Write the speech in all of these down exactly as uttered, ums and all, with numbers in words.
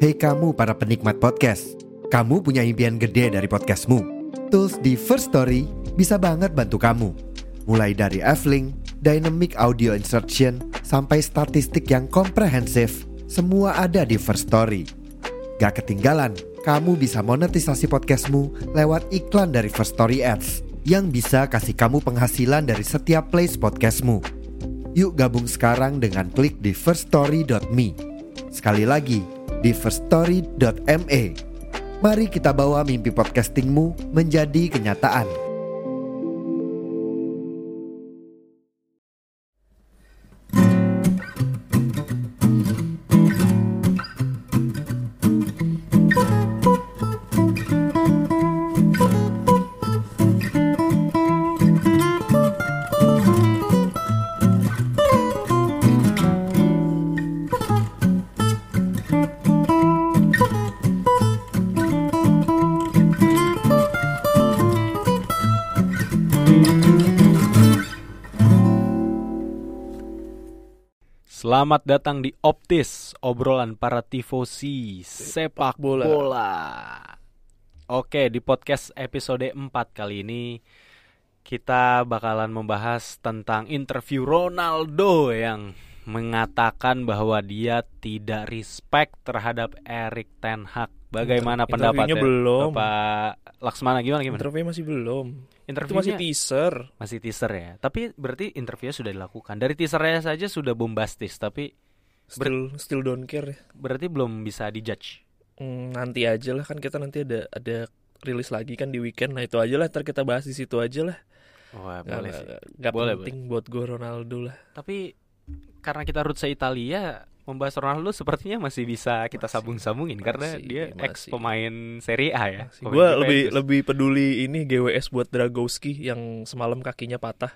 Hei kamu para penikmat podcast, kamu punya impian gede dari podcastmu. Tools di First Story bisa banget bantu kamu. Mulai dari F-Link, Dynamic Audio Insertion, sampai statistik yang komprehensif, semua ada di First Story. Gak ketinggalan, kamu bisa monetisasi podcastmu lewat iklan dari First Story Ads yang bisa kasih kamu penghasilan dari setiap plays podcastmu. Yuk gabung sekarang dengan klik di first story dot me. Sekali lagi, di first story dot me. Mari kita bawa mimpi podcastingmu menjadi kenyataan. Selamat datang di Optis, obrolan para tifosi sepak bola. bola. Oke, di podcast episode empat kali ini kita bakalan membahas tentang interview Ronaldo yang mengatakan bahwa dia tidak respect terhadap Erik ten Hag. Bagaimana Inter- pendapatnya belum. Bapak Laksmana, gimana gimana? Interview masih belum. Itu masih teaser. Masih teaser ya. Tapi berarti interviewnya sudah dilakukan. Dari teasernya saja sudah bombastis, tapi still ber- still don't care. Berarti belum bisa dijudge. Hmm, nanti aja lah, kan kita nanti ada ada rilis lagi kan di weekend. Nah itu aja lah, ntar kita bahas di situ aja lah. Wah, gak, boleh sih. Gak, gak boleh, penting boleh. buat gue Ronaldo lah. Tapi karena kita roots Italia, membahas Ronaldo sepertinya masih bisa kita masih, sambung-sambungin masih, karena dia masih. ex pemain Serie A ya. Gue lebih lebih peduli ini G W S buat Dragowski yang semalam kakinya patah.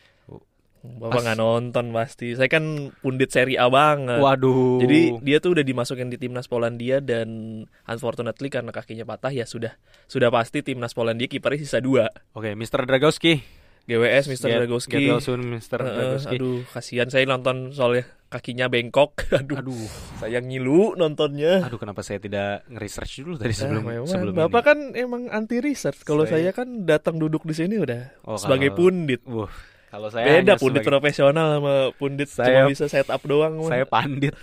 Bapak nggak nonton pasti. Saya kan pundit Serie A banget. Waduh. Jadi dia tuh udah dimasukin di timnas Polandia dan unfortunately karena kakinya patah ya sudah sudah pasti timnas Polandia kipernya sisa dua. Oke, mister Dragowski. G W S mister Get, Dragowski. Get well soon, mister Uh, Dragowski. Aduh, kasihan saya nonton soalnya kakinya bengkok. Aduh. Aduh. Sayang ngilu nontonnya. Aduh, kenapa saya tidak nge-research dulu tadi sebelum nah, sebelum Bapak ini. kan emang anti research. Kalau saya... saya kan datang duduk di sini udah oh, sebagai kalau... pundit. Uh, kalau saya beda pundit sebagai... profesional sama pundit saya... cuma bisa set up doang. Saya pandit.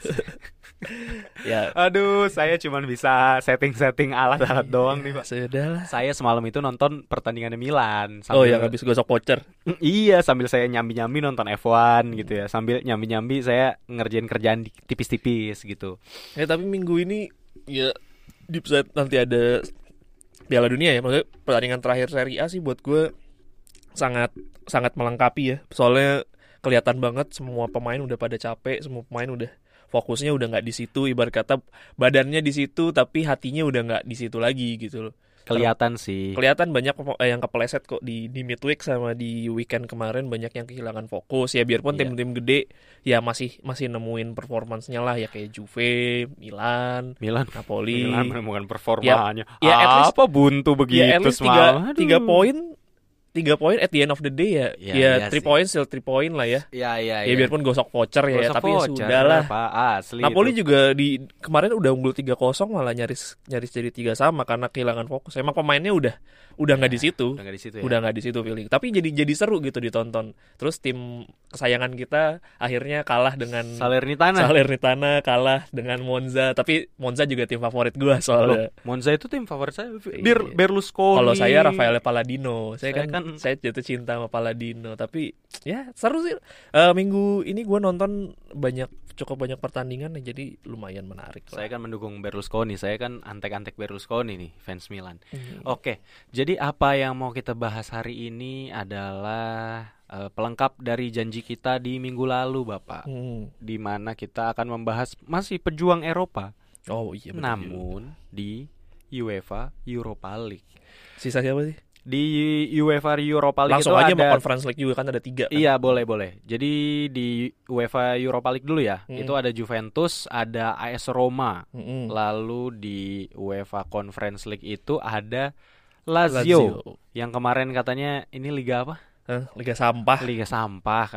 Ya. Aduh, saya cuma bisa setting-setting alat-alat ya, doang nih, Pak. Sudahlah. Saya semalam itu nonton pertandingan Milan. Sambil... Oh, yang habis gosok voucher. Iya, sambil saya nyambi-nyambi nonton F satu gitu ya. Sambil nyambi-nyambi saya ngerjain kerjaan tipis-tipis gitu. Ya, tapi minggu ini ya di saat nanti ada Piala Dunia ya. Maksudnya pertandingan terakhir Serie A sih buat gue sangat sangat melengkapi ya. Soalnya kelihatan banget semua pemain udah pada capek, semua pemain udah fokusnya udah nggak di situ, ibarat kata badannya di situ tapi hatinya udah nggak di situ lagi gitu loh. Kelihatan sih. Kelihatan banyak eh, yang kepeleset kok di di midweek sama di weekend kemarin, banyak yang kehilangan fokus ya, biarpun yeah. tim-tim gede ya masih masih nemuin performancenya lah ya, kayak Juve, Milan, Milan, Napoli. Milan menemukan performanya. Ya, ya apa least, buntu begitu ya, at least semalam. tiga poin tiga poin at the end of the day ya. Ya, ya iya three points still three point lah ya. Iya iya Ya, ya biarpun gosok voucher ya, tapi ya sudahlah. Napoli itu juga di kemarin udah unggul tiga kosong malah nyaris nyaris jadi tiga sama karena kehilangan fokus. Emang pemainnya udah udah enggak ya, di situ. Udah enggak di situ ya. Udah enggak di situ feeling. Tapi jadi jadi seru gitu ditonton. Terus tim kesayangan kita akhirnya kalah dengan Salernitana. Salernitana kalah dengan Monza, tapi Monza juga tim favorit gua soalnya. Loh, Monza itu tim favorit saya. Bir Berlusconi. Kalau saya Raffaele Palladino. Saya, saya kan, kan saya jatuh cinta sama Palladino, tapi ya seru sih. Uh, minggu ini gue nonton banyak cukup banyak pertandingan ya, jadi lumayan menarik. Saya lah. Kan mendukung Berlusconi, saya kan antek-antek Berlusconi nih, fans Milan. Hmm. Oke, jadi apa yang mau kita bahas hari ini adalah uh, pelengkap dari janji kita di minggu lalu, Bapak. Hmm. Di mana kita akan membahas masih pejuang Eropa. Oh iya. Betul. Namun di UEFA Europa League. Sisa siapa sih? Di UEFA Europa League langsung itu aja ada mau Conference League juga kan ada tiga kan? Iya boleh boleh. Jadi di UEFA Europa League dulu ya, hmm. itu ada Juventus, ada A S Roma, hmm. lalu di UEFA Conference League itu ada Lazio, Lazio yang kemarin katanya ini liga apa? Huh? Liga sampah. Liga sampah katanya.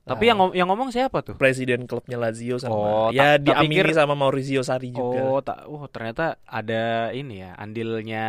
Tapi Ah. yang ngom- yang ngomong siapa tuh? Presiden klubnya Lazio sama Oh, ya tak- tak diamini pikir- sama Maurizio Sarri juga. Oh, tak, oh ternyata ada ini ya, andilnya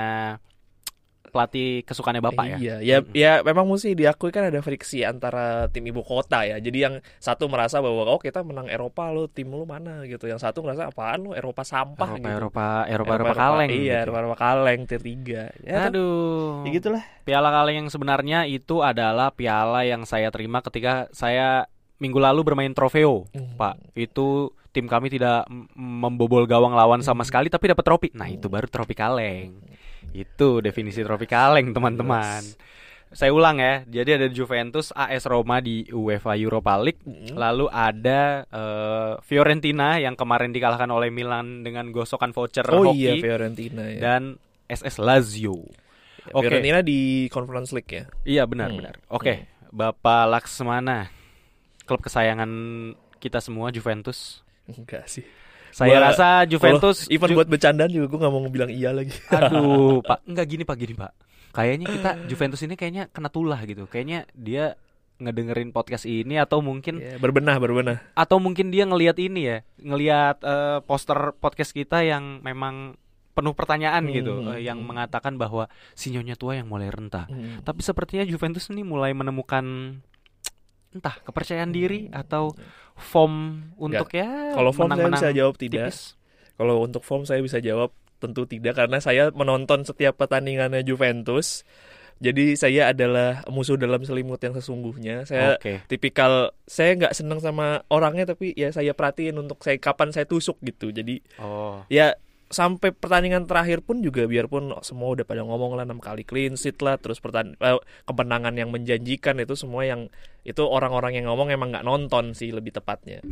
pelatih kesukaannya Bapak ya. Iya, ya, Mm-mm. ya memang mesti diakui kan ada friksi antara tim ibu kota ya. Jadi yang satu merasa bahwa oh kita menang Eropa, lo tim lu mana gitu. Yang satu merasa apaan lo Eropa sampah Eropa, gitu. Eropa, Eropa, Eropa kaleng. Iya, gitu. Eropa, Eropa kaleng tier tiga. Ya, Aduh. ya gitulah. Piala kaleng yang sebenarnya itu adalah piala yang saya terima ketika saya minggu lalu bermain trofeo, Hmm. Pak. Itu tim kami tidak m- membobol gawang lawan sama Hmm. sekali tapi dapat trofi. Nah, itu baru trofi kaleng. Itu definisi trofi kaleng, teman-teman. Saya ulang ya. Jadi ada Juventus, A S Roma di UEFA Europa League. Hmm. Lalu ada eh, Fiorentina yang kemarin dikalahkan oleh Milan dengan gosokan voucher Oh hoki, iya Fiorentina ya. dan S S Lazio. Ya, Oke. Fiorentina di Conference League ya. Iya benar Hmm. benar. Oke, Bapak Laksmana, klub kesayangan kita semua Juventus. Enggak sih. Saya Gua- rasa Juventus. Kalau even Ju- buat bercandaan juga gue nggak mau bilang iya lagi. Aduh, Pak, enggak gini Pak, gini Pak. Kayaknya kita Juventus ini kayaknya kena tulah gitu. Kayaknya dia ngedengerin podcast ini atau mungkin Ya, berbenah berbenah. atau mungkin dia ngelihat ini ya, ngelihat eh, poster podcast kita yang memang penuh pertanyaan Hmm, gitu, hmm, eh, yang hmm. mengatakan bahwa si Nyonya tua yang mulai rentah. Hmm. Tapi sepertinya Juventus ini mulai menemukan entah kepercayaan diri atau form untuk ya Kalau form saya menang-menang bisa jawab tidak. tipis. Kalau untuk form saya bisa jawab tentu tidak karena saya menonton setiap pertandingannya Juventus. Jadi saya adalah musuh dalam selimut yang sesungguhnya. Saya Oke. tipikal saya nggak senang sama orangnya tapi ya saya perhatiin untuk saya kapan saya tusuk gitu. Jadi Oh. ya sampai pertandingan terakhir pun juga biarpun semua udah pada ngomong lah enam kali clean sheet lah terus pertan- eh, kemenangan yang menjanjikan itu semua yang itu orang-orang yang ngomong emang nggak nonton sih lebih tepatnya.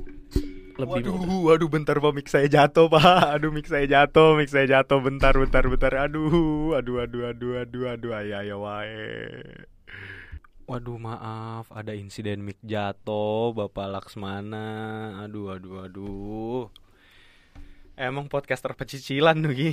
Lebih Waduh, waduh, bentar Pak, mic saya jatuh Pak. Aduh, mic saya jatuh, mic saya jatuh. Bentar, bentar, bentar. Aduh, aduh, aduh, aduh, aduh, aduh, ayo, ayo, wae. Waduh, maaf, ada insiden mic jatuh, Bapak Laksmana. Aduh, aduh, aduh. Emang podcaster pecicilan tuh gini.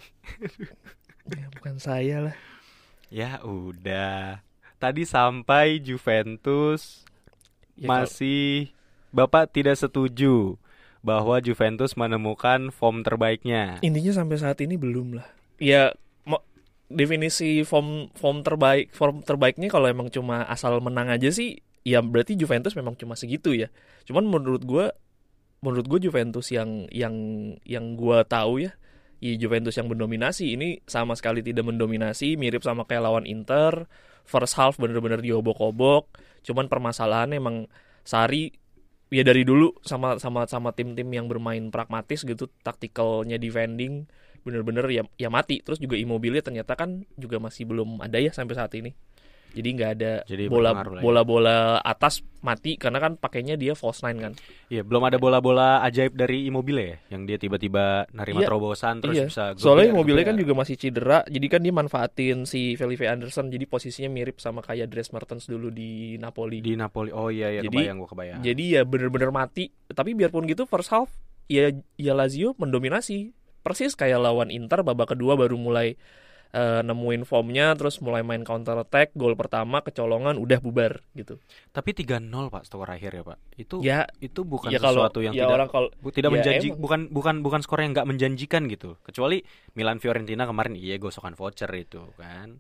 ya, bukan saya lah. Ya udah. Tadi sampai Juventus Ya, masih Bapak tidak setuju bahwa Juventus menemukan form terbaiknya. intinya sampai saat ini belum lah. Ya mo- definisi form form terbaik form terbaiknya kalau emang cuma asal menang aja sih, ya berarti Juventus memang cuma segitu ya. Cuman menurut gua menurut gue Juventus yang yang yang gue tahu ya, ya Juventus yang mendominasi ini sama sekali tidak mendominasi, mirip sama kayak lawan Inter. First half bener-bener diobok-obok. Cuman permasalahannya emang Sarri ya dari dulu sama sama sama tim-tim yang bermain pragmatis gitu, taktikalnya defending bener-bener ya ya mati. Terus juga Immobile ternyata kan juga masih belum ada ya sampai saat ini. Jadi nggak ada Jadi bola berpengaruh lah ya. bola-bola atas mati karena kan pakainya dia false nine kan. Iya, belum ada bola-bola ajaib dari Immobile ya, yang dia tiba-tiba nerima Iya, terobosan terus iya. bisa Soalnya geber, Immobile geber. kan juga masih cedera, jadi kan dia manfaatin si Felipe Anderson, jadi posisinya mirip sama kayak Dries Mertens dulu di Napoli. di Napoli. Oh iya ya, Jadi- kebayang gua kebayang. Jadi ya bener-bener mati. Tapi biarpun gitu first half ya ya Lazio mendominasi. Persis kayak lawan Inter babak kedua baru mulai eh, nemuin formnya, terus mulai main counter attack, gol pertama kecolongan udah bubar gitu. Tapi tiga nol Pak skor akhir ya Pak. Itu Ya, itu bukan ya kalau sesuatu yang ya tidak orang kalau bu- tidak ya menjanji, emang. bukan bukan bukan skor yang nggak menjanjikan gitu. Kecuali Milan Fiorentina kemarin iya gosokan voucher itu kan.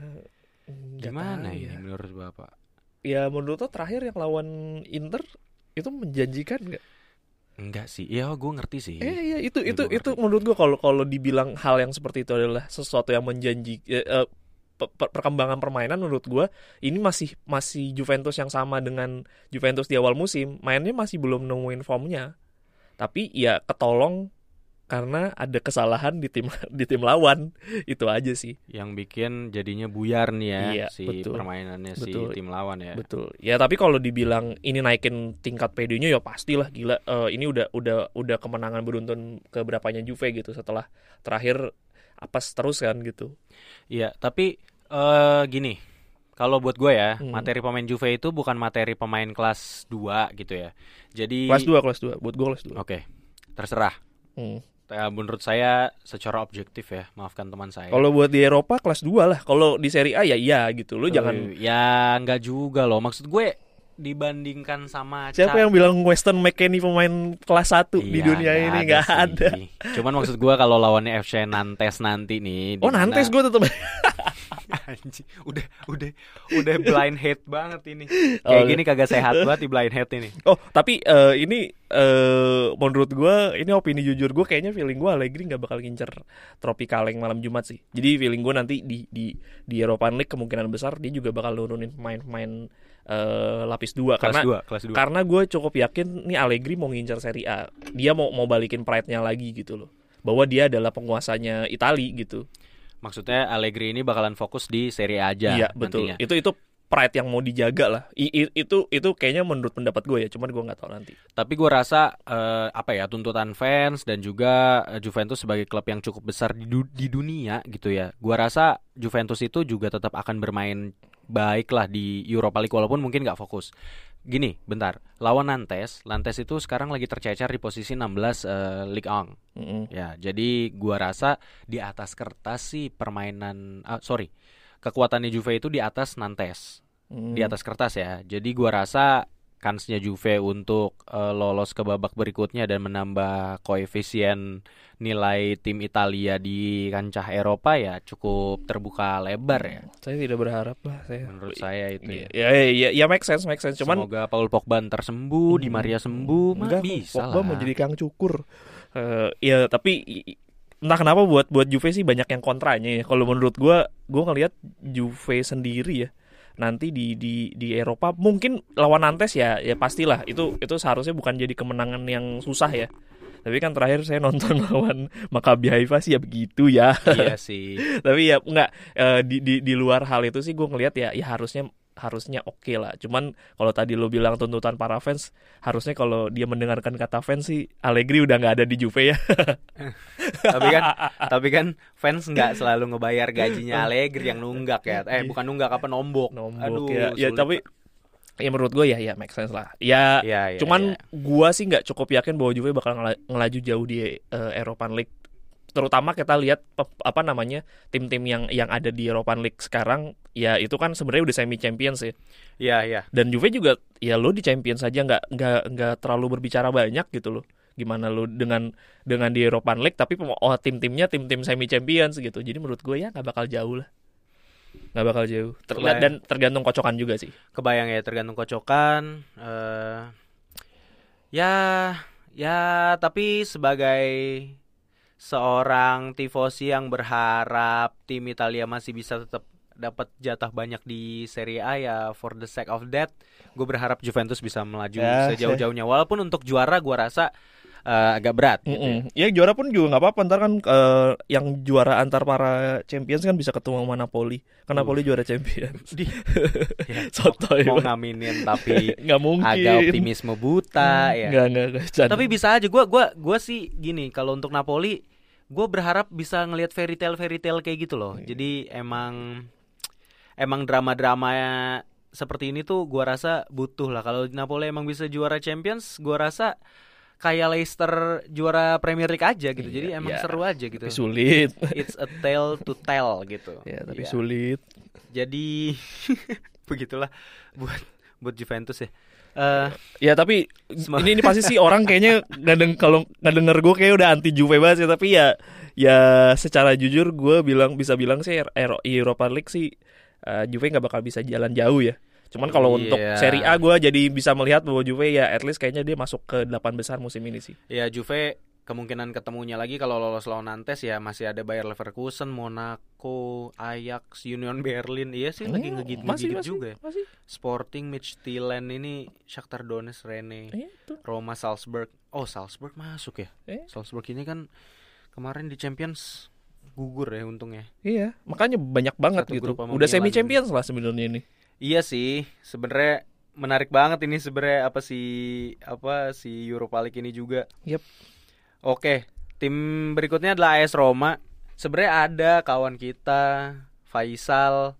nggak Gimana tahu ini ya. menurut Bapak? Ya menurut lo terakhir yang lawan Inter itu menjanjikan nggak? Enggak sih. Ya gue ngerti sih. Eh iya itu Ya, itu gua itu ngerti. menurut gua kalau kalau dibilang hal yang seperti itu adalah sesuatu yang menjanji eh, eh, pe- pe- perkembangan permainan menurut gua ini masih masih Juventus yang sama dengan Juventus di awal musim, mainnya masih belum nemuin formnya. Tapi ya ketolong karena ada kesalahan di tim di tim lawan. Itu aja sih. Yang bikin jadinya buyar nih ya Iya, si betul. permainannya Betul. si tim lawan ya. Betul. Ya tapi kalau dibilang ini naikin tingkat P D-nya ya pastilah gila. Eh, ini udah udah udah kemenangan beruntun ke berapanya Juve gitu setelah terakhir apes terus kan gitu. Iya, tapi eh gini. Kalau buat gue ya, Hmm. materi pemain Juve itu bukan materi pemain kelas dua gitu ya. Jadi Kelas dua, kelas dua. Buat gue kelas dua. Oke. Terserah. Hmm. Ya, menurut saya secara objektif ya, maafkan teman saya. Kalau buat di Eropa kelas dua lah. Kalau di Serie A ya iya gitu. Lu Eh, jangan ya nggak juga loh. Maksud gue dibandingkan sama siapa Ca- yang bilang Weston McKennie pemain kelas satu di Iya, dunia nggak ini? ada Nggak sih. ada. Cuman maksud gue kalau lawannya F C Nantes nanti nih. Oh dimana- Nantes gue tetap. Anjing, udah udah udah blind hate banget ini. Oh, Kayak iya. gini kagak sehat banget di blind hate ini. Oh tapi eh, ini eh, menurut gue ini opini jujur gue, kayaknya feeling gue Allegri nggak bakal ngincer trofi kaleng malam Jumat sih. Jadi feeling gue nanti di di di Europa League kemungkinan besar dia juga bakal nurunin pemain-pemain eh, lapis dua Kelas karena dua, kelas dua. karena gue cukup yakin nih Allegri mau ngincer Serie A. Dia mau mau balikin pride-nya lagi gitu loh, bahwa dia adalah penguasanya Itali gitu. Maksudnya Allegri ini bakalan fokus di Serie A aja. Iya betul. nantinya. Itu itu pride yang mau dijaga lah. I, i- itu itu kayaknya menurut pendapat gue ya. Cuman gue nggak tahu nanti. Tapi gue rasa eh, apa ya tuntutan fans dan juga eh, Juventus sebagai klub yang cukup besar di, du- di dunia gitu ya. Gue rasa Juventus itu juga tetap akan bermain baik lah di Europa League walaupun mungkin nggak fokus. Gini, bentar. Lawan Nantes, Nantes itu sekarang lagi tercecer di posisi enam belas eh, Ligue satu. Mm-mm. Ya, jadi gua rasa di atas kertas sih permainan ah, sorry. Kekuatannya Juve itu di atas Nantes. Mm. Di atas kertas ya. Jadi gua rasa kansnya Juve untuk eh, lolos ke babak berikutnya dan menambah koefisien nilai tim Italia di kancah Eropa ya cukup terbuka lebar ya. Saya tidak berharap lah. Saya. Menurut saya itu ya. Ya, ya, ya, ya make sense, make sense. Cuman Semoga Paul Pogba ntar sembuh, Di Maria sembuh, mah enggak, bisa Pogba lah. mau jadi kang cukur. Eh, ya tapi i- entah kenapa buat buat Juve sih banyak yang kontranya ya. Kalau menurut gue, gue ngelihat Juve sendiri ya nanti di di di Eropa mungkin lawan Nantes ya ya pastilah itu itu seharusnya bukan jadi kemenangan yang susah ya. Tapi kan terakhir saya nonton lawan Maccabi Haifa sih ya begitu ya. Iya sih. Tapi ya enggak eh, di di di luar hal itu sih gue ngelihat ya ya harusnya harusnya oke lah. Cuman kalau tadi lo bilang tuntutan para fans, harusnya kalau dia mendengarkan kata fans sih Allegri udah nggak ada di Juve ya. tapi kan tapi kan fans nggak selalu ngebayar gajinya Allegri yang nunggak ya. Eh bukan nunggak apa nombok. Nombok Aduh, ya. Ya sulit. tapi ya menurut gue ya ya make sense lah. Ya, Ya, ya, cuman ya. gue sih nggak cukup yakin bahwa Juve bakal ngela- ngelaju jauh di uh, European League. Terutama kita lihat pe- apa namanya tim-tim yang yang ada di European League sekarang ya itu kan sebenarnya udah semi champions ya. Iya, iya. Dan Juve juga ya lo di Champions saja nggak nggak nggak terlalu berbicara banyak gitu loh. Gimana lo dengan dengan di European League tapi pem- oh tim-timnya tim-tim semi Champions gitu. Jadi menurut gue ya nggak bakal jauh lah. Nggak bakal jauh. Ter- Kebayang. dan tergantung kocokan juga sih. Kebayang ya tergantung kocokan. eh ya, ya tapi sebagai seorang tifosi yang berharap tim Italia masih bisa tetap dapat jatah banyak di Serie A ya for the sake of that, gue berharap Juventus bisa melaju Ya, sejauh-jauhnya. Walaupun untuk juara gue rasa eh, agak berat. Gitu ya. Mm-mm. Ya juara pun juga nggak apa-apa. Ntar kan eh, yang juara antar para champions kan bisa ketemu sama Napoli. Kan Napoli juara champions. Di, ya, Sotoy mau banget. ngaminin tapi Nggak mungkin. agak optimisme buta ya. Nggak nggak nggak, canda. Tapi bisa aja gue gua gua sih gini, kalau untuk Napoli gue berharap bisa ngelihat fairy tale fairy tale kayak gitu loh. Jadi emang emang drama-drama seperti ini tuh gue rasa butuh lah. Kalau Napoli emang bisa juara Champions, gue rasa kayak Leicester juara Premier League aja gitu. Jadi Iya, emang iya. seru aja gitu. Tapi sulit. It's a tale to tell gitu. Ya tapi Iya. sulit. Jadi begitulah buat buat Juventus ya. Eh, Ya tapi Sem- ini ini pasti sih orang kayaknya nggak deng kalau nggak denger gue kayak udah anti Juve banget sih. Tapi ya ya secara jujur gue bilang bisa bilang sih Euro- Europa League sih eh, Juve nggak bakal bisa jalan jauh ya. Cuman kalau Iya. untuk Serie A gue jadi bisa melihat bahwa Juve ya at least kayaknya dia masuk ke delapan besar musim ini sih. Ya Juve kemungkinan ketemunya lagi kalau lolos lawan Nantes ya masih ada Bayer Leverkusen, Monaco, Ajax, Union Berlin. Iya sih lagi Hmm, ngegigit masih, ngegigit masih, juga ya. masih. Sporting, Midtjylland ini, Shakhtar Donetsk, Rennes, Eh, itu. Roma, Salzburg. Oh Salzburg masuk ya. Eh. Salzburg ini kan kemarin di Champions gugur ya untungnya. Iya, makanya banyak banget Satu gitu. grup sama Udah semi Milan. champions lah sebenarnya ini. Iya sih, sebenarnya menarik banget ini sebenarnya apa sih apa si Europa League ini juga. Yep. Oke, tim berikutnya adalah A S Roma. Sebenarnya ada kawan kita Faisal,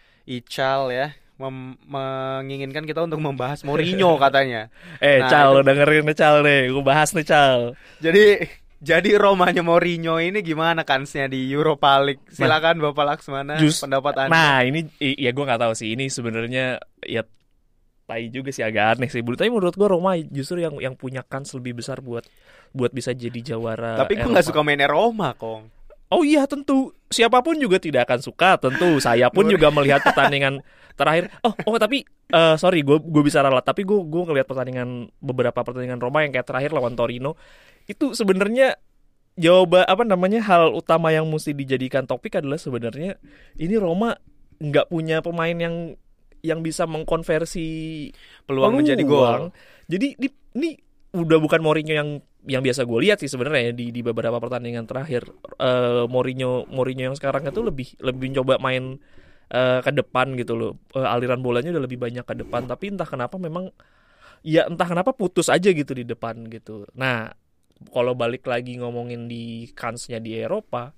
Ical ya, mem- menginginkan kita untuk membahas Mourinho katanya. Eh, Nah, Cal, itu- lo dengerin nih Cal nih, gue bahas nih Cal. Jadi jadi Romanya Mourinho ini gimana kansnya di Europa League? Silakan Bapak Laksmana, Just- pendapat Anda. Nah, ini i- ya gue nggak tahu sih. Ini sebenarnya ya tai juga sih, agak aneh sih. Tapi menurut gue Roma justru yang yang punya kans lebih besar buat buat bisa jadi jawara. Tapi gue nggak suka mainnya Roma, Kong. Oh iya tentu, siapapun juga tidak akan suka. Tentu saya pun juga melihat pertandingan terakhir. Oh oh tapi uh, sorry gue gue bisa ralat. Tapi gue gue ngelihat pertandingan beberapa pertandingan Roma yang kayak terakhir lawan Torino itu sebenarnya jawaban apa namanya hal utama yang mesti dijadikan topik adalah sebenarnya ini Roma nggak punya pemain yang yang bisa mengkonversi peluang, peluang menjadi gol. Jadi ini, ini udah bukan Mourinho yang yang biasa gue lihat sih sebenarnya ya, di di beberapa pertandingan terakhir. uh, Mourinho Mourinho yang sekarang itu lebih lebih coba main uh, ke depan gitu loh. Uh, aliran bolanya udah lebih banyak ke depan, tapi entah kenapa memang ya entah kenapa putus aja gitu di depan gitu. Nah, kalau balik lagi ngomongin di kansnya di Eropa,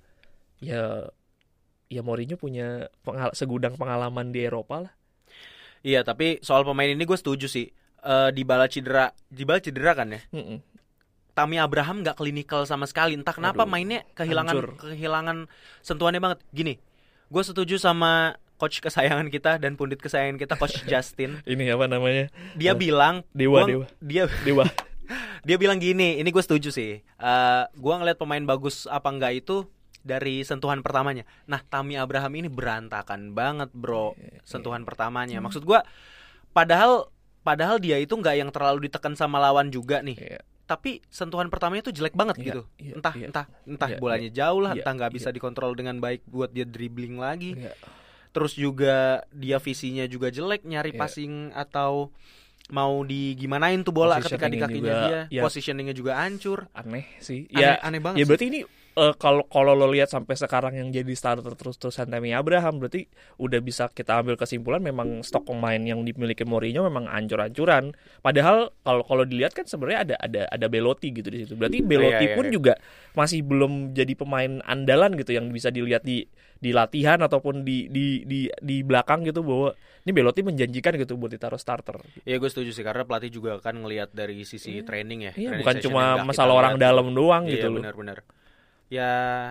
ya ya Mourinho punya pengal- segudang pengalaman di Eropa lah. Iya, tapi soal pemain ini gue setuju sih. Uh, Dybala cedera, Dybala cedera kan ya? Mm-mm. Tammy Abraham nggak klinikal sama sekali. Entah kenapa Aduh, mainnya kehilangan hancur. kehilangan sentuhannya banget. Gini, gue setuju sama coach kesayangan kita dan pundit kesayangan kita, Coach Justin. Ini apa namanya? Dia oh. bilang, Dewa, gua, Dewa. Dia Dewa. Dia bilang gini, ini gue setuju sih. Uh, gue ngeliat pemain bagus apa enggak itu dari sentuhan pertamanya. Nah, Tammy Abraham ini berantakan banget, bro. Sentuhan pertamanya. Maksud gue, padahal padahal dia itu nggak yang terlalu ditekan sama lawan juga nih. Yeah. Tapi sentuhan pertamanya tuh jelek banget yeah, gitu. Yeah, entah, yeah. entah entah yeah, bolanya yeah. jauh lah, yeah, entah nggak yeah. bisa dikontrol dengan baik buat dia dribbling lagi. Yeah. Terus juga dia visinya juga jelek, nyari yeah. passing atau mau digimanain tuh bola ketika di kakinya juga, dia. Yeah. Positioningnya juga hancur. Aneh sih. Aneh, ya aneh banget. Ya berarti sih. ini kalau uh, kalau lo lihat sampai sekarang yang jadi starter terus-terusan Tammy Abraham, berarti udah bisa kita ambil kesimpulan memang stok pemain yang dimiliki Mourinho memang ancur-ancuran. Padahal kalau kalau dilihat kan sebenarnya ada ada ada Belotti gitu di situ. Berarti Belotti oh, iya, iya, pun iya. juga masih belum jadi pemain andalan gitu yang bisa dilihat di di latihan ataupun di di di di belakang gitu, bahwa ini Belotti menjanjikan gitu buat ditaruh starter. Iya, gue setuju sih, karena pelatih juga kan ngelihat dari sisi yeah. training ya. Iya, training bukan cuma masalah orang dalam doang iya, gitu loh. Iya, benar-benar. Ya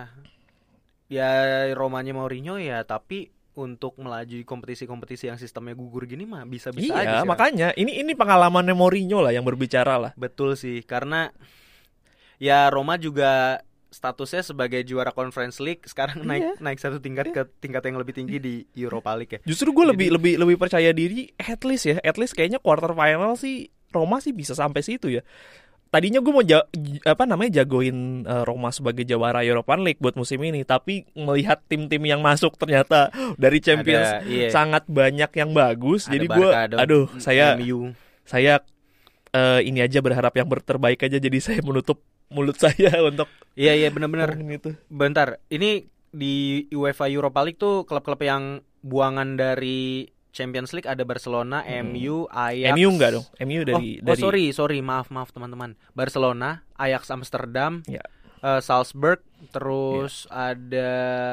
ya Romanya Mourinho ya, tapi untuk melaju di kompetisi-kompetisi yang sistemnya gugur gini mah bisa-bisa iya, aja sih. Iya, makanya kan? ini ini pengalamannya Mourinho lah yang berbicara lah. Betul sih, karena ya Roma juga statusnya sebagai juara Conference League sekarang naik iya. naik satu tingkat iya. ke tingkat yang lebih tinggi di Europa League ya. Justru gue lebih lebih lebih percaya diri at least ya, at least kayaknya quarter final sih Roma sih bisa sampai situ ya. Tadinya gue mau ja- apa namanya jagoin uh, Roma sebagai jawara Europa League buat musim ini, tapi melihat tim-tim yang masuk ternyata dari Champions ada, iya. sangat banyak yang bagus. Ada jadi gue aduh M- saya M U. saya uh, ini aja berharap yang terbaik aja, jadi saya menutup mulut saya untuk iya iya benar-benar itu. Bentar, ini di UEFA Europa League tuh klub-klub yang buangan dari Champions League ada Barcelona, hmm. M U, Ajax. M U enggak dong? M U dari oh, dari oh sorry, sorry, maaf maaf teman-teman. Barcelona, Ajax Amsterdam, ya. uh, Salzburg, terus ya. ada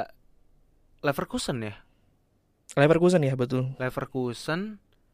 Leverkusen ya. Leverkusen ya, betul. Leverkusen.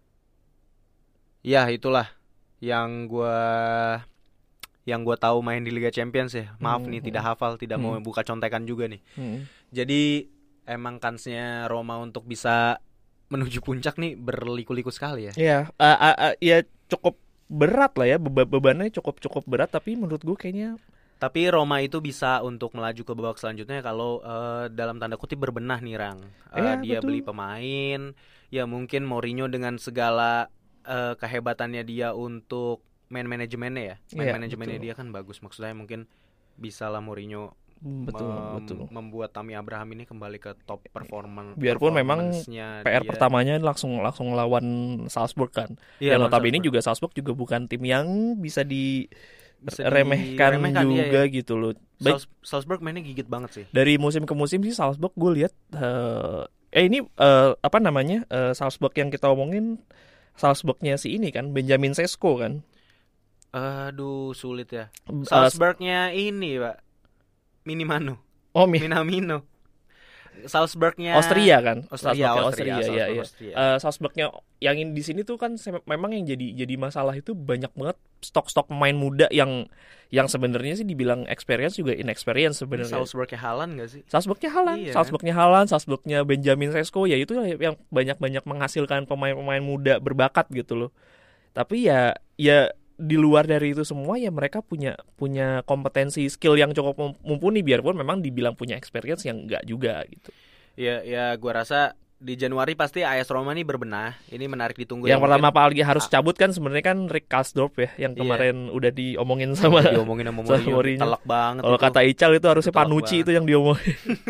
Ya, itulah yang gua yang gua tahu main di Liga Champions ya. Maaf hmm. nih tidak hafal, tidak hmm. mau buka contekan juga nih. Hmm. Jadi emang kansnya Roma untuk bisa menuju puncak nih berliku-liku sekali ya. Iya, uh, uh, uh, ya cukup berat lah ya, Be- bebannya cukup cukup berat, tapi menurut gue kayaknya. Tapi Roma itu bisa untuk melaju ke babak selanjutnya kalau uh, dalam tanda kutip berbenah nih Rang. Uh, ya, dia betul. Beli pemain, ya mungkin Mourinho dengan segala uh, kehebatannya dia untuk man manajemennya ya, man ya, manajemennya betul. Dia kan bagus, maksudnya mungkin bisa lah Mourinho. Betul, mem- betul. Membuat Tammy Abraham ini kembali ke top performan. Biarpun memang P R dia. Pertamanya langsung langsung lawan Salzburg kan. Iya, yang notabene juga Salzburg juga bukan tim yang bisa di bisa remehkan diremehkan, juga iya, iya. gitu loh. Baik, Salzburg mainnya gigit banget sih. Dari musim ke musim sih Salzburg gue lihat uh, eh ini uh, apa namanya? Uh, Salzburg yang kita omongin Salzburgnya si ini kan Benjamin Sesko kan. Aduh, sulit ya. Salzburgnya uh, ini, Pak. Minamino. Oh, mi- Minamino. Salzburg-nya Austria kan? Austria, Salzburg-nya Austria, Austria, Salzburg, ya, ya. Austria. Uh, Salzburg-nya yang in- di sini tuh kan se- memang yang jadi jadi masalah itu banyak banget stok-stok pemain muda yang yang sebenarnya sih dibilang experience juga inexperience sebenarnya. Salzburg-nya Haaland nggak sih? Salzburg-nya Haaland, Iya, Salzburg-nya Haaland, Salzburg-nya Benjamin Sesko, ya itu yang banyak-banyak menghasilkan pemain-pemain muda berbakat gitu loh. Tapi ya ya di luar dari itu semua ya mereka punya punya kompetensi skill yang cukup mumpuni biarpun memang dibilang punya experience yang enggak juga gitu. Ya ya gua rasa di Januari pasti A S Roma nih berbenah. Ini menarik ditunggu. Yang ya, pertama mungkin... apalagi harus cabut kan sebenarnya kan Rick Karsdorp ya yang kemarin yeah. udah diomongin sama diomongin sama Mourinho. Telak banget. Kalau kata Ical itu harusnya itu Panucci banget. Itu yang diomongin.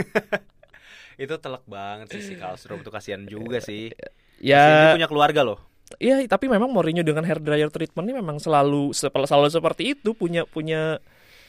Itu telak banget sih si Karsdorp itu kasihan juga sih. Ya dia punya keluarga loh. Iya, tapi memang Mourinho dengan hair dryer treatment ini memang selalu selalu seperti itu, punya punya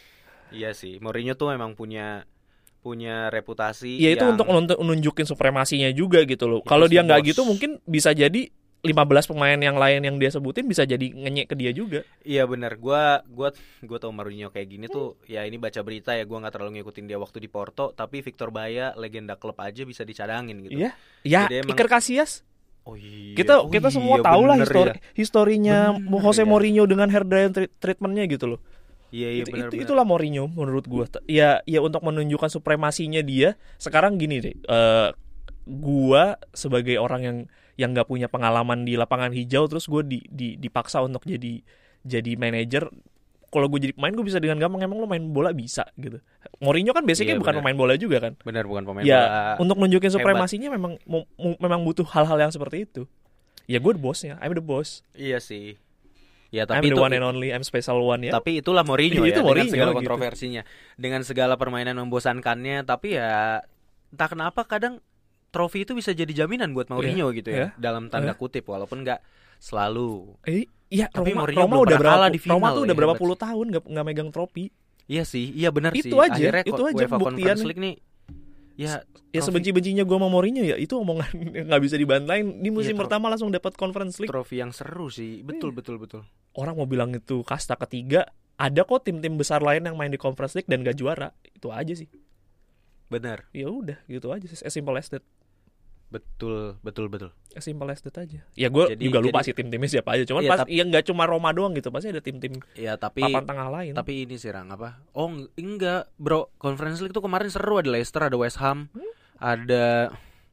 Iya sih, Mourinho tuh memang punya punya reputasi. Iya, itu yang... untuk nunjukin supremasinya juga gitu loh. Kalau dia nggak gitu mungkin bisa jadi lima belas pemain yang lain yang dia sebutin bisa jadi ngenyek ke dia juga. Iya benar. Gua gua gua tau Mourinho kayak gini tuh, hmm. ya ini baca berita ya, gua nggak terlalu ngikutin dia waktu di Porto, tapi Victor Baia legenda klub aja bisa dicadangin gitu. Iya. Ya, emang... Iker Casillas. Oh iya. Kita oh kita iya, semua tahu lah histori, ya. historinya bener, Jose ya. Mourinho dengan hair dryer treatmentnya gitu loh. Iya iya itu, benar. Itu, itulah Mourinho menurut gua. Ya ya untuk menunjukkan supremasinya dia. Sekarang gini deh, uh, gua sebagai orang yang yang nggak punya pengalaman di lapangan hijau, terus gua di, di dipaksa untuk jadi jadi manajer. Kalau gue jadi pemain gue bisa dengan gampang. Emang lo main bola bisa gitu. Mourinho kan basicnya iya, bukan pemain bola juga kan. Benar, bukan pemain ya, bola. Untuk nunjukin supremasinya memang mu, mu, memang butuh hal-hal yang seperti itu. Ya gue the bossnya, I'm the boss. Iya sih. Ya I'm tapi the itu, one and only, I'm special one ya. Tapi itulah Mourinho ya, itu dengan Mourinho, segala gitu. kontroversinya, dengan segala permainan membosankannya. Tapi ya entah kenapa kadang trofi itu bisa jadi jaminan buat Mourinho yeah. gitu ya, yeah. dalam tanda yeah. kutip, walaupun nggak selalu. Eh, iya, tapi Roma, Mourinho Roma udah berapa? Di final, Roma tuh udah ya, berapa puluh tahun nggak nggak megang trofi. Iya sih, iya benar sih. Itu aja, akhirnya itu aja UEFA Conference League nih. Ya, ya sebenci-bencinya gue sama Mourinho ya itu omongan nggak bisa dibantain. Di musim ya, pertama langsung dapat Conference League. Trofi yang seru sih, betul hmm. betul betul. Orang mau bilang itu kasta ketiga, ada kok tim-tim besar lain yang main di Conference League dan gak juara. Itu aja sih. Benar. Ya udah, gitu aja. As simple as that. Betul, betul, betul. As simple as that aja. Ya gue juga lupa jadi, sih tim-timnya siapa aja. Cuman ya, pas, tapi, ya nggak cuma Roma doang gitu. Pasti ada tim-tim ya, tapi, papan tengah lain. Tapi ini sih Rang, apa? Oh enggak, bro. Conference League tuh kemarin seru. Ada Leicester, ada West Ham, hmm? ada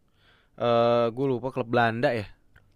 uh, gue lupa klub Belanda ya.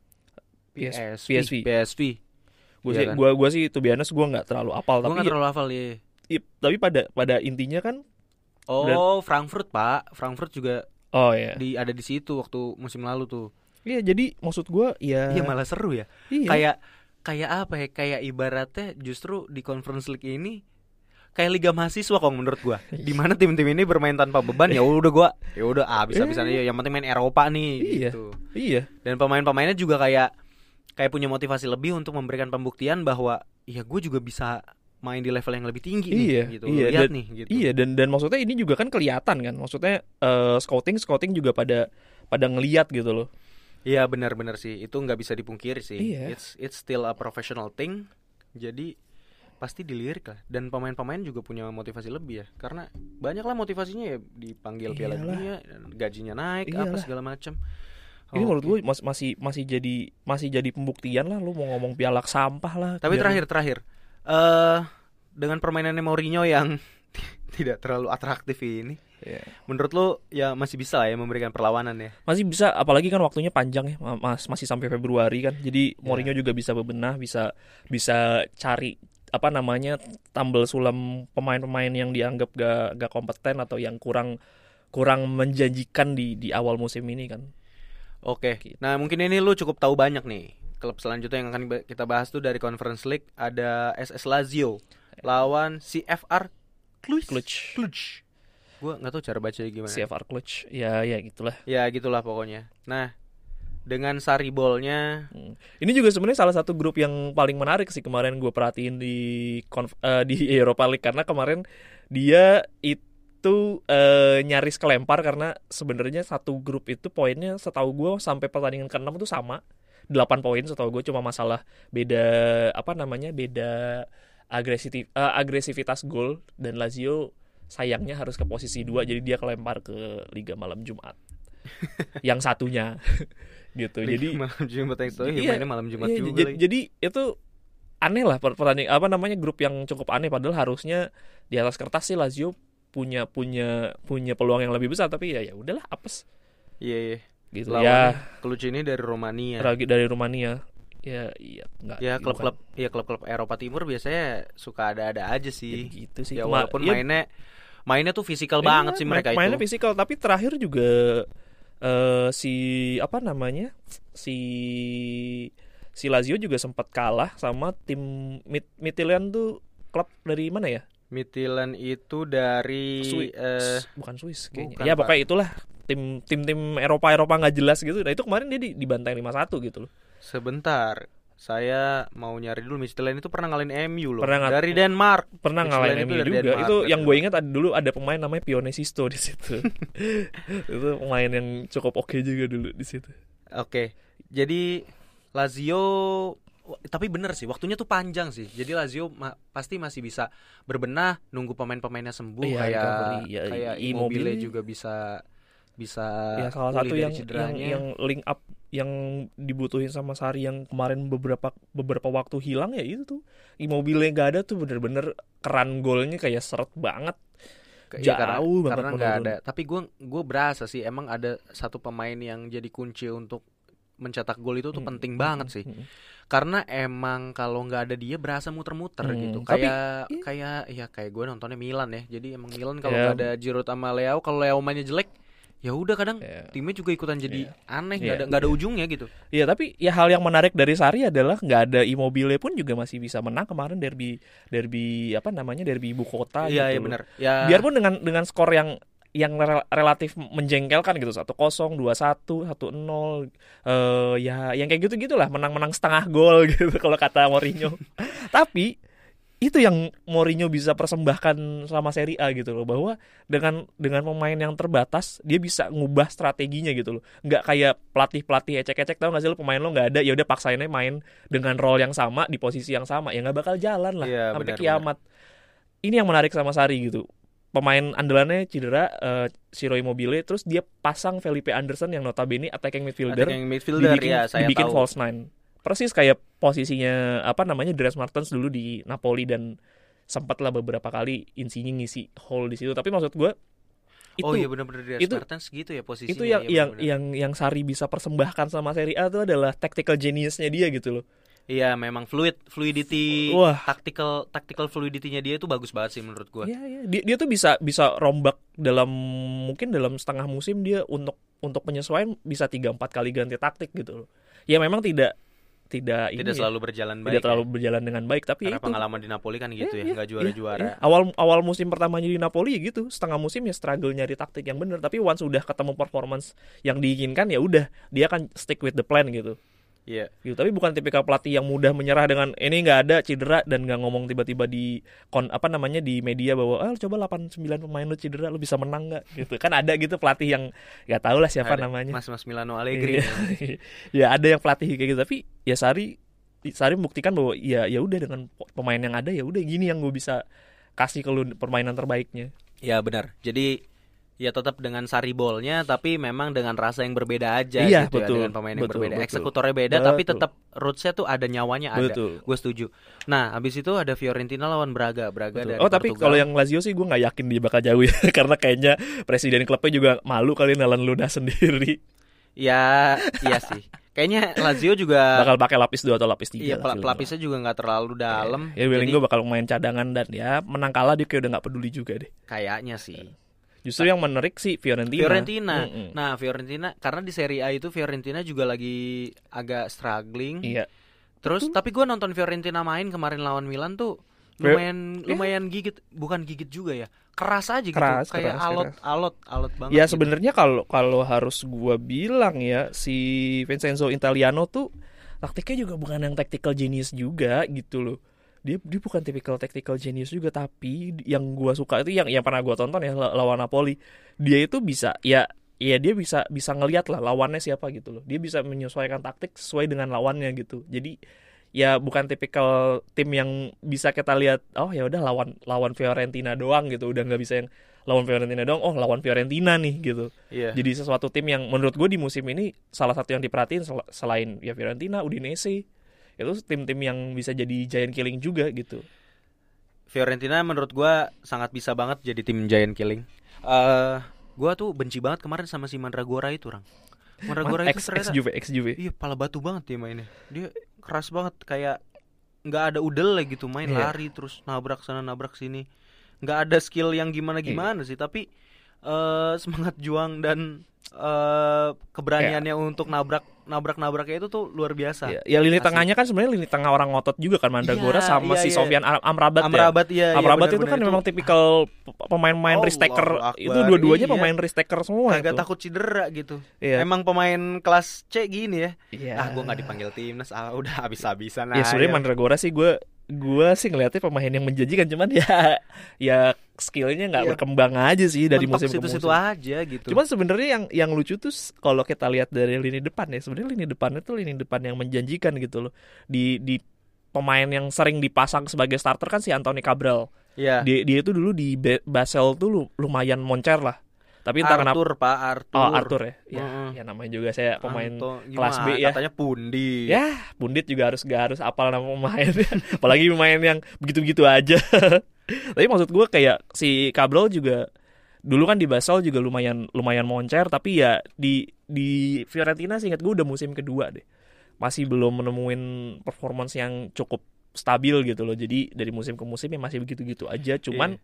P S V. P S V. P S V. Gue ya sih, kan? gue gue sih, to be honest, gue nggak terlalu apal. Gue nggak ya, terlalu hafal ya. I, tapi pada pada intinya kan. Oh, dan, Frankfurt Pak, Frankfurt juga. Oh iya. Di ada di situ waktu musim lalu tuh. Iya, jadi maksud gue ya. Iya malah seru ya. Iya. Kayak kayak apa ya? Kayak ibaratnya justru di Conference League ini kayak liga mahasiswa kok menurut gue. Di mana tim-tim ini bermain tanpa beban ya udah gue ya udah habis-habisan aja. Yang penting main Eropa nih iya. gitu. Iya. Dan pemain-pemainnya juga kayak kayak punya motivasi lebih untuk memberikan pembuktian bahwa ya gue juga bisa main di level yang lebih tinggi iya, nih gitu. Iya, Lihat dan, nih gitu. Iya, dan dan maksudnya ini juga kan kelihatan kan. Maksudnya uh, scouting scouting juga pada pada ngelihat gitu loh. Iya, benar-benar sih. Itu nggak bisa dipungkiri sih. Iya. It's it's still a professional thing. Jadi pasti dilirik lah. Dan pemain-pemain juga punya motivasi lebih ya. Karena banyak lah motivasinya ya, dipanggil Piala Dunia, gajinya naik, Iyalah. apa segala macam. Ini oh, menurut okay. gue mas, masih masih jadi masih jadi pembuktian lah. Lu mau ngomong piala sampah lah. Tapi terakhir terakhir Uh, dengan permainannya Mourinho yang tidak terlalu atraktif ini, yeah. menurut lo ya masih bisa lah ya memberikan perlawanan ya? Masih bisa, apalagi kan waktunya panjang ya, mas masih sampai Februari kan, jadi yeah. Mourinho juga bisa bebenah, bisa bisa cari apa namanya tambal sulam pemain-pemain yang dianggap gak gak kompeten atau yang kurang kurang menjanjikan di di awal musim ini kan. Oke, okay. Nah mungkin ini lo cukup tahu banyak nih. Klub selanjutnya yang akan kita bahas tuh dari Conference League ada S S Lazio lawan C F R Cluj. Cluj. Cluj. Gue nggak tahu cara bacanya gimana. C F R Cluj. Ya ya gitulah. Ya gitulah pokoknya. Nah dengan Sarribolnya. Hmm. Ini juga sebenarnya salah satu grup yang paling menarik sih kemarin gue perhatiin di konf- uh, di Europa League karena kemarin dia itu uh, nyaris kelempar karena sebenarnya satu grup itu poinnya setahu gue sampai pertandingan keenam itu sama. delapan poin setahu gue, cuma masalah beda apa namanya beda agresivitas uh, agresivitas gol dan Lazio sayangnya harus ke posisi dua, jadi dia kelempar ke Liga Malam Jumat. Yang satunya gitu. Liga Jadi malam Jumat itu ya iya, mainnya malam Jumat iya, juga. jadi, lagi. jadi itu aneh lah pertandingan apa namanya grup yang cukup aneh, padahal harusnya di atas kertas sih Lazio punya punya punya peluang yang lebih besar, tapi ya ya udahlah apes. Iya, iya. Gitu Lawannya ya. Cluj ini dari Romania. Ragi dari Rumania. Ya iya enggak. Ya klub-klub ya klub-klub Eropa Timur biasanya suka ada-ada aja sih. Ya, gitu sih. Ya Cuma, walaupun ya, mainnya mainnya tuh fisikal iya, banget sih mereka mainnya itu. fisikal, tapi terakhir juga uh, si apa namanya? si si Lazio juga sempat kalah sama tim Mid- Midtjylland tuh, klub dari mana ya? Midtjylland itu dari Swiss, eh, bukan Swiss kayaknya. bukan, Ya Pak. pokoknya itulah tim tim tim Eropa Eropa nggak jelas gitu. Nah itu kemarin dia di, dibantai lima satu gitu loh. sebentar. Saya mau nyari dulu. Midtjylland itu pernah ngalahin M U loh. Pernah ngal- Dari Denmark. Pernah Midtjylland ngalahin itu M U dari juga. Denmark, Itu dari yang gue ingat ada, dulu ada pemain namanya Pione Sisto di situ. Itu pemain yang cukup oke juga dulu di situ. Oke. Jadi Lazio tapi bener sih, waktunya tuh panjang sih. Jadi Lazio ma- pasti masih bisa berbenah, nunggu pemain-pemainnya sembuh. Iya, kayak recovery. Ya, kayak Immobile Immobile juga bisa bisa ya salah pulih satu dari yang, yang cederanya. yang link up yang dibutuhin sama Sarri yang kemarin beberapa beberapa waktu hilang ya itu tuh. Immobile yang gak ada tuh bener-bener keran golnya kayak seret banget. Ke- Jauh iya, karena, banget karena nggak menurun. ada. Tapi gue gue berasa sih emang ada satu pemain yang jadi kunci untuk mencetak gol itu tuh Hmm, penting hmm, banget hmm, sih. hmm. Karena emang kalau nggak ada dia berasa muter-muter Hmm, gitu. tapi- Kayak iya. kayak ya kayak gue nontonnya Milan ya. Jadi emang Milan kalau Ya. nggak ada Giroud sama Leao, kalau Leao mainnya jelek, ya udah kadang Ya. timnya juga ikutan jadi Iya. aneh, nggak Iya, ada nggak ada iya. ujungnya gitu. Iya, tapi ya hal yang menarik dari Sarri adalah nggak ada Immobile pun juga masih bisa menang kemarin derby derby apa namanya derby ibu kota. Iya gitu iya loh. benar. Ya Biarpun dengan dengan skor yang yang rel- relatif menjengkelkan gitu, satu kosong, dua satu, satu nol, eh ya yang kayak gitu-gitulah, menang-menang setengah gol gitu kalau kata Mourinho. Tapi itu yang Mourinho bisa persembahkan sama Serie A gitu loh, bahwa dengan dengan pemain yang terbatas dia bisa ngubah strateginya gitu loh. Nggak kayak pelatih-pelatih ecek-ecek, tau nggak sih lo, pemain lo nggak ada ya udah paksainnya main dengan role yang sama di posisi yang sama, ya nggak bakal jalan lah Iya, sampai benar, kiamat. Ini yang menarik sama Sarri gitu. Pemain andalannya cedera, uh, Ciro Immobile, terus dia pasang Felipe Anderson yang notabene attacking midfielder, attacking midfielder dibikin, ya saya dibikin tahu. false nine. Persis kayak posisinya apa namanya Dries Mertens dulu di Napoli, dan sempat lah beberapa kali Insigne ngisi hole di situ. Tapi maksud gue itu Oh iya benar-benar Dries itu- Mertens gitu ya posisinya. itu yang ya, yang benar-benar. yang yang Sarri bisa persembahkan sama Serie A itu adalah tactical geniusnya dia gitu loh. Iya memang fluid fluidity Wah. tactical tactical fluidity-nya dia itu bagus banget sih menurut gua. Iya, iya. Dia, dia tuh bisa bisa rombak dalam mungkin dalam setengah musim, dia untuk untuk penyesuaian bisa tiga empat kali ganti taktik gitu loh. Ya memang tidak tidak Tidak ini ya, selalu berjalan baik. tidak terlalu ya. berjalan dengan baik, tapi Karena ya itu. pengalaman di Napoli kan gitu Iya, ya, iya, nggak juara-juara. iya, iya. Awal awal musim pertamanya di Napoli ya gitu, setengah musim ya struggle nyari taktik yang benar, tapi once sudah ketemu performance yang diinginkan ya udah dia akan stick with the plan gitu. Iya. Gitu. Tapi bukan tipikal pelatih yang mudah menyerah dengan ini nggak ada, cedera, dan nggak ngomong tiba-tiba di kon apa namanya di media bahwa ah coba delapan sembilan pemain lu cedera lu bisa menang nggak gitu. Kan ada gitu pelatih yang nggak tahu lah siapa Ada namanya. Mas-mas Milano Allegri. Iya. Ya ada yang pelatih kayak gitu, tapi ya Sarri Sarri membuktikan bahwa ya ya udah dengan pemain yang ada ya udah gini yang gue bisa kasih ke lu permainan terbaiknya. Ya benar. Jadi ya tetap dengan Sarri ball-nya, tapi memang dengan rasa yang berbeda aja Iya, gitu betul, ya, dengan pemain yang betul, berbeda. betul. Eksekutornya beda, Betul. tapi tetap roots-nya tuh ada nyawanya ada. Betul. Gue setuju. Nah, habis itu ada Fiorentina lawan Braga. Braga Betul. dari Oh tapi Portugal. kalau yang Lazio sih gue nggak yakin dia bakal jauh ya karena kayaknya presiden klubnya juga malu kali nelen ludah sendiri. Ya, iya sih. Kayaknya Lazio juga Bakal pakai lapis dua atau lapis tiga. iya lah pel- feeling pelapisnya juga nggak terlalu gua. dalam. Ya, ya feeling Jadi gue bakal main cadangan, dan ya menang kalah dia kayak udah nggak peduli juga deh. kayaknya sih. Justru yang menarik sih Fiorentina. Fiorentina. Mm-mm. Nah, Fiorentina karena di Serie A itu Fiorentina juga lagi agak struggling. Iya. Terus tapi gue nonton Fiorentina main kemarin lawan Milan tuh Fe- lumayan lumayan gigit, bukan gigit juga ya. Keras aja gitu, Keras, kayak keras, alot, keras. alot, alot banget. Ya gitu. sebenarnya kalau kalau harus gua bilang ya, si Vincenzo Italiano tuh taktiknya juga bukan yang tactical genius juga gitu loh. Dia dia bukan tipikal tactical genius juga, tapi yang gua suka itu yang yang pernah gua tonton ya lawan Napoli. Dia itu bisa ya ya dia bisa bisa ngelihat lah lawannya siapa gitu loh. Dia bisa menyesuaikan taktik sesuai dengan lawannya gitu. Jadi ya bukan tipikal tim yang bisa kita lihat oh ya udah lawan lawan Fiorentina doang gitu, udah nggak bisa yang lawan Fiorentina doang, oh lawan Fiorentina nih gitu. Iya. Jadi sesuatu tim yang menurut gue di musim ini salah satu yang diperhatiin sel- selain ya Fiorentina, Udinese, itu tim-tim yang bisa jadi giant killing juga gitu. Fiorentina menurut gua sangat bisa banget jadi tim giant killing. Uh, gua tuh benci banget kemarin sama si Mandragora itu, Rang. Mandragora itu X, ternyata X Juve, X Juve. Iya, pala batu banget dia mainnya. Dia keras banget, kayak nggak ada udel lah gitu, main Iya. lari terus nabrak sana nabrak sini. Nggak ada skill yang gimana-gimana sih, tapi uh, semangat juang dan uh, keberaniannya untuk nabrak nabrak nabraknya itu tuh luar biasa. Ya, ya lini Asli. tengahnya kan sebenarnya lini tengah orang ngotot juga kan Mandragora Iya, sama iya, si iya. Sofyan Am- Amrabat, Amrabat, ya. iya, iya, Amrabat itu benar-benar kan itu. memang tipikal p- pemain-pemain Allahu risk taker. Akbar, Itu dua-duanya iya. pemain risk taker semua Kagak tuh. takut cedera gitu. Iya. Emang pemain kelas C gini ya. Iya. Ah, gue nggak dipanggil timnas. Ah, udah habis-habisan Ya aja. sebenarnya Mandragora sih gue gue sih ngeliatnya pemain yang menjanjikan, cuman ya ya skillnya nggak Iya. berkembang aja sih dari Mentok musim ke musim. situ-situ aja gitu. Cuman sebenarnya yang yang lucu tuh s- kalau kita lihat dari lini depan ya, sebenarnya lini depannya tuh lini depan yang menjanjikan gitu loh. Di di pemain yang sering dipasang sebagai starter kan si Anthony Cabral. Iya. Dia dia itu dulu di Be- Basel tuh lu- lumayan moncer lah. Tapi entah kenapa Arthur, Pak Arthur. Oh Arthur ya. Ya, Mm-mm. ya namanya juga saya pemain Anto- kelas B gimana? ya. Katanya pundi. Ya, Pundit juga harus gak harus apal nama pemain. Apalagi pemain yang begitu-begitu aja. Tapi maksud gue kayak si Cabral juga dulu kan di Basel juga lumayan lumayan moncer, tapi ya di di Fiorentina seingat gue udah musim kedua deh. Masih belum menemuin performance yang cukup stabil gitu loh. Jadi dari musim ke musim ya masih begitu-gitu aja. Cuman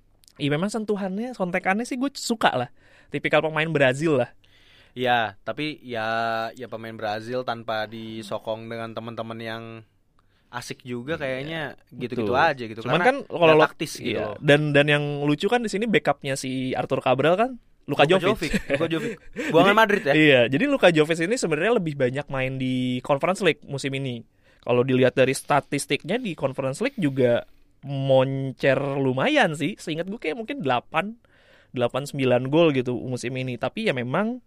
ya memang sentuhannya, sontekannya sih gue suka lah. Tipikal pemain Brazil lah. Ya, tapi ya ya pemain Brazil tanpa disokong dengan teman-teman yang asik juga kayaknya gitu-gitu Betul. aja gitu. Cuman Karena kan kalau nggak lo- taktis gitu iya. loh. Dan dan yang lucu kan di sini backupnya si Arthur Cabral kan Luka Jovic. Luka Jovic. Buangan Jadi- Madrid ya. Iya, jadi Luka Jovic ini sebenarnya lebih banyak main di Conference League musim ini. Kalau dilihat dari statistiknya di Conference League juga moncer lumayan sih. Seingat gue kayak mungkin delapan sembilan gol gitu musim ini. Tapi ya memang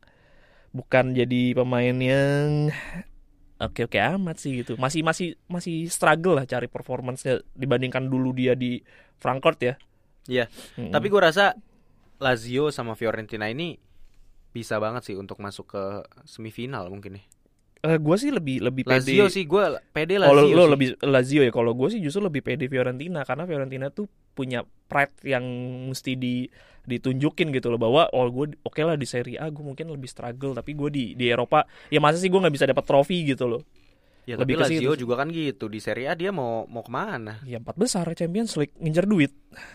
bukan jadi pemain yang oke-oke amat sih gitu. Masih masih masih struggle lah cari performance-nya dibandingkan dulu dia di Frankfurt ya. Iya. Mm-mm. Tapi gue rasa Lazio sama Fiorentina ini bisa banget sih untuk masuk ke semifinal mungkin ya. Eh, gue sih lebih lebih Lazio pede. sih gue pede Kalau Lazio lo sih. lebih Lazio ya, kalau gue sih justru lebih pede Fiorentina karena Fiorentina tuh punya pride yang mesti di ditunjukin gitu loh, bahwa oh gue oke lah di Serie A gue mungkin lebih struggle, tapi gue di di Eropa ya masa sih gue nggak bisa dapat trofi gitu loh. Ya, lebih tapi ke situ Lazio sih. juga kan gitu, di Serie A dia mau mau kemana? Ya empat besar Champions League ngincer duit.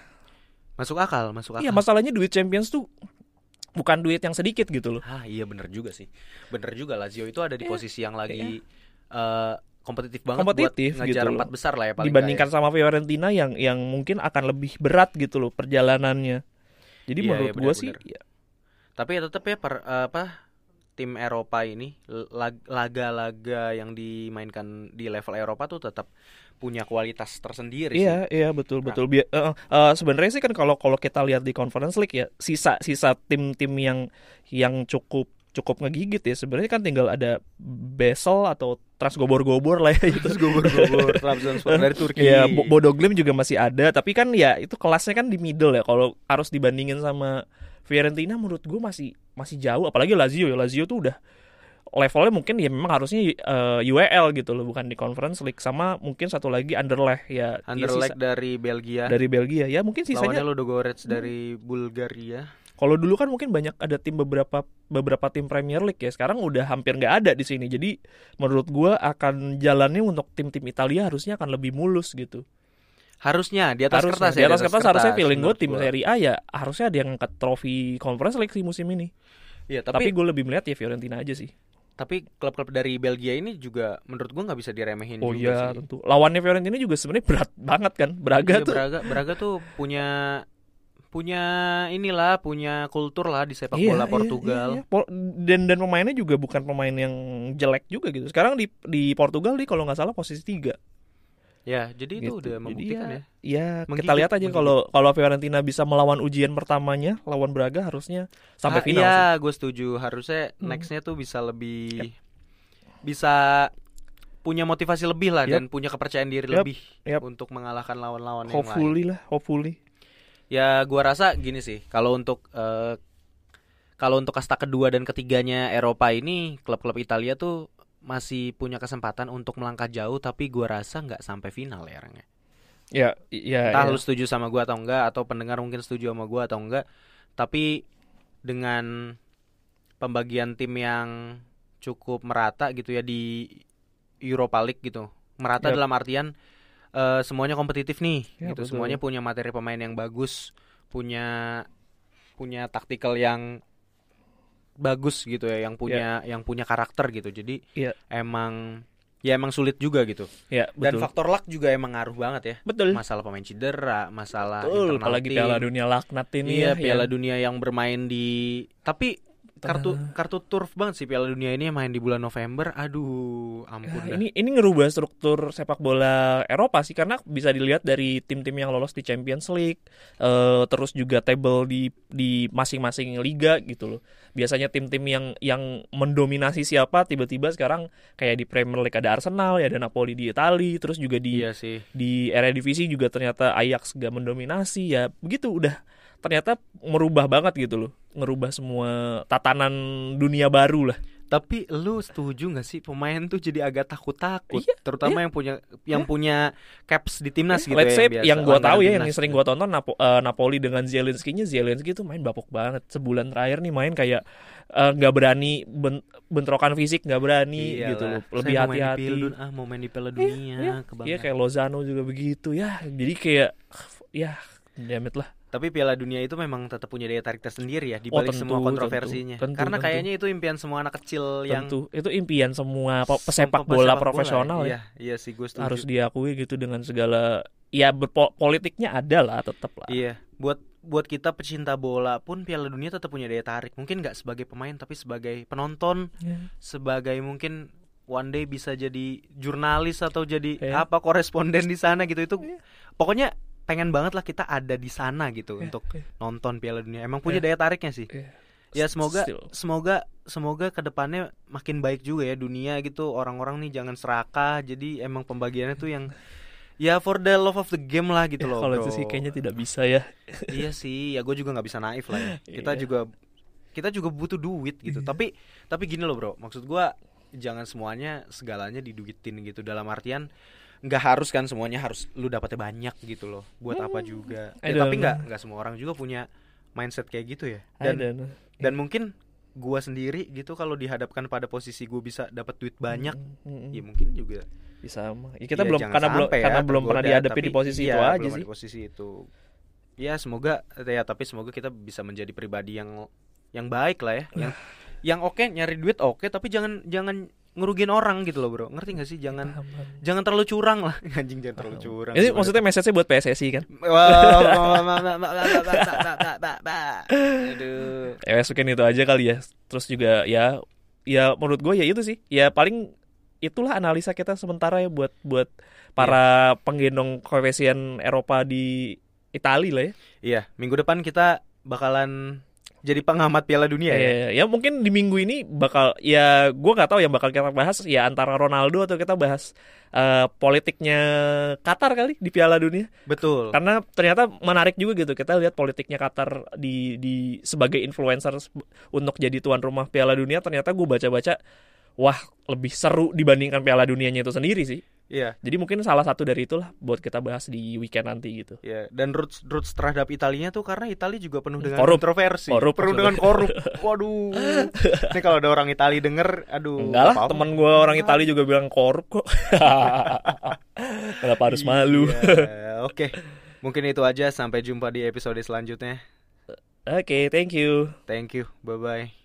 Masuk akal, masuk akal. Iya, masalahnya duit Champions tuh bukan duit yang sedikit gitu loh. Ah iya bener juga sih. Bener juga, Lazio itu ada di Iya, posisi yang lagi eh, kompetitif banget Kompetitif buat ngejar gitu loh. empat besar lah ya paling Dibandingkan nggak ya. sama Fiorentina yang yang mungkin akan lebih berat gitu loh perjalanannya. Jadi Iya, menurut iya, gue sih benar-benar. ya, Tapi ya tetap ya per, apa tim Eropa ini lag- laga-laga yang dimainkan di level Eropa tuh tetap punya kualitas tersendiri sih. iya, iya betul betul. Bia- eh, eh, sebenarnya sih kan kalau kalau kita lihat di Conference League ya, sisa sisa tim-tim yang yang cukup cukup ngegigit ya sebenarnya kan tinggal ada Basel atau Trabzonspor lah ya itu. Terus gobor-gobor Trabzonspor dari Turki. Ya, Bo- Bodo Glimt juga masih ada, tapi kan ya itu kelasnya kan di middle ya. Kalau harus dibandingin sama Fiorentina menurut gue masih masih jauh, apalagi Lazio ya. Lazio tuh udah levelnya mungkin ya memang harusnya uh, U E L gitu loh, bukan di Conference League. Sama mungkin satu lagi Anderlecht ya. Anderlecht ya, dari Belgia. dari Belgia ya, mungkin Lawannya sisanya. Ludogorets dari Bulgaria. Kalau dulu kan mungkin banyak ada tim beberapa beberapa tim Premier League ya. Sekarang udah hampir nggak ada di sini. Jadi menurut gue akan jalannya untuk tim-tim Italia harusnya akan lebih mulus gitu. Harusnya di atas Harusnya, kertas di ya. atas kertas harusnya feeling gue menurut tim gua. Serie A ya harusnya ada yang angkat trofi Conference League sih musim ini. Iya, Tapi, tapi gue lebih melihat ya Fiorentina aja sih. tapi klub-klub dari Belgia ini juga menurut gua nggak bisa diremehin Oh juga iya sih. tentu. Lawannya Fiorentina juga sebenarnya berat banget kan. Braga Iya, tuh. Braga, Braga tuh punya punya inilah, punya kultur lah di sepak Iya, bola iya, Portugal. iya, iya. Pol- Dan dan pemainnya juga bukan pemain yang jelek juga gitu. Sekarang di di Portugal nih kalau nggak salah posisi tiga. Ya, jadi itu Gitu. udah Jadi membuktikan ya, ya. ya Menggigit, kita lihat aja menggigit. kalau kalau Fiorentina bisa melawan ujian pertamanya lawan Braga harusnya sampai Ah, final. iya, sih. gue setuju. Harusnya Hmm. nextnya tuh bisa lebih bisa punya motivasi lebih lah Yep. dan punya kepercayaan diri Yep. lebih Yep. untuk mengalahkan lawan-lawan yang lain. Hopefully lah, hopefully. Ya gua rasa gini sih, kalau untuk uh, kalau untuk kasta kedua dan ketiganya Eropa ini, klub-klub Italia tuh masih punya kesempatan untuk melangkah jauh, tapi gua rasa nggak sampai final ya orangnya. Ya, ya. Entah ya. lu setuju sama gua atau enggak, atau pendengar mungkin setuju sama gua atau enggak, tapi dengan pembagian tim yang cukup merata gitu ya di Europa League gitu, merata Yep. dalam artian uh, semuanya kompetitif nih, Ya, gitu. betul. Semuanya punya materi pemain yang bagus, punya punya taktikal yang bagus gitu ya, yang punya yang punya karakter gitu. Jadi Ya. emang ya emang sulit juga gitu. Ya, Dan betul. faktor luck juga emang ngaruh banget ya. Betul. Masalah pemain cedera, masalah Betul, internal apalagi tim. Piala Dunia laknat ini Iya, ya. Piala yang- Dunia yang bermain di tapi kartu kartu turf banget sih Piala Dunia ini yang main di bulan November. Aduh, ampun Ya, dah. ini ini ngerubah struktur sepak bola Eropa sih, karena bisa dilihat dari tim-tim yang lolos di Champions League, eh, terus juga table di di masing-masing liga gitu loh. Biasanya tim-tim yang yang mendominasi siapa, tiba-tiba sekarang kayak di Premier League ada Arsenal, ya ada Napoli di Italia, terus juga di Iya sih. di Eredivisie juga ternyata Ajax gak mendominasi, ya begitu udah ternyata merubah banget gitu loh, ngerubah semua tatanan dunia baru lah. Tapi lu setuju gak sih pemain tuh jadi agak takut-takut, Iya, terutama iya. yang punya yang Iya. punya caps di timnas gitu Let's ya. say biasa, yang gua langganan tahu ya, yang timnas sering gitu. gua tonton Napo- eh, Napoli dengan Zielinski-nya, Zielinski tuh main bapuk banget. Sebulan terakhir nih main kayak eh, nggak berani ben- bentrokan fisik, nggak berani Iyalah. gitu loh. Saya Lebih mau main di hati-hati. Piala Dun- ah mau main di Piala Iya, Dunia, iya. kebanggaan. Iya, kayak Lozano juga begitu ya. Jadi kayak ya damn it lah. Tapi Piala Dunia itu memang tetap punya daya tarik tersendiri ya di Oh, balik tentu, semua kontroversinya. tentu, tentu, Karena tentu. kayaknya itu impian semua anak kecil yang Tentu itu impian semua pe- semua pesepak pesepak bola bola profesional ya. ya. Iya, iya sih gue setuju. Harus diakui gitu, dengan segala ya berpo- politiknya ada lah, tetap lah. Iya, buat buat kita pecinta bola pun Piala Dunia tetap punya daya tarik. Mungkin nggak sebagai pemain tapi sebagai penonton, Ya. sebagai mungkin one day bisa jadi jurnalis atau jadi Iya. apa koresponden di sana gitu. Itu Iya. pokoknya pengen banget lah kita ada di sana gitu Iya, untuk iya. nonton Piala Dunia. Emang punya Iya. daya tariknya sih. Iya. Ya semoga Still. semoga semoga kedepannya makin baik juga ya dunia gitu. Orang-orang nih jangan serakah. Jadi emang pembagiannya tuh yang ya for the love of the game lah gitu Ya, loh. kalau bro. itu sih kayaknya tidak bisa ya. Iya sih, ya gue juga nggak bisa naif lah ya. Kita Iya. juga kita juga butuh duit gitu. Tapi tapi gini loh bro, maksud gue jangan semuanya segalanya diduitin gitu. Dalam artian nggak harus kan semuanya harus lu dapatnya banyak gitu loh. Buat apa juga? I Ya, tapi don't nggak know. nggak semua orang juga punya mindset kayak gitu ya. I Dan don't know. dan mungkin gue sendiri gitu kalau dihadapkan pada posisi gue bisa dapat duit banyak, Mm, mm, mm. ya mungkin juga. Bisa sama. Ya, kita ya belum jangan karena belum sampai ya karena belum pernah tergoda, dihadapi tapi di posisi iya, itu aja belum sih. di posisi itu. Ya semoga ya tapi semoga kita bisa menjadi pribadi yang yang baik lah ya. Yang yang oke nyari duit oke tapi jangan jangan ngerugiin orang gitu loh bro. Ngerti gak sih? Jangan Paham, paham. jangan terlalu curang lah. Anjing jangan terlalu curang. Ini Gimana maksudnya message-nya buat P S S I kan? Aduh. Ya mungkin itu aja kali ya. Terus juga ya ya menurut gue ya itu sih. Ya paling itulah analisa kita sementara ya buat buat para penggendong koefisien Eropa di Italia lah ya. Iya, minggu depan kita bakalan jadi pengamat Piala Dunia ya. Ya, ya mungkin di minggu ini bakal ya gue nggak tahu yang bakal kita bahas ya antara Ronaldo atau kita bahas eh, politiknya Qatar kali di Piala Dunia. Betul. Karena ternyata menarik juga gitu kita lihat politiknya Qatar di di sebagai influencer untuk jadi tuan rumah Piala Dunia. Ternyata gue baca-baca wah lebih seru dibandingkan Piala Dunianya itu sendiri sih. Iya. Jadi mungkin salah satu dari itulah buat kita bahas di weekend nanti gitu. Ya, dan roots roots terhadap Italinya tuh karena Italia juga penuh dengan Korup. kontroversi, Korup, penuh maksudnya. dengan korup. Waduh. Ini kalau ada orang Italia denger, aduh. Enggak lah, apa-apa. teman gue orang Italia juga bilang korup kok. Kenapa harus malu? Iya, Oke. Mungkin itu aja, sampai jumpa di episode selanjutnya. Oke, thank you. Thank you. Bye bye.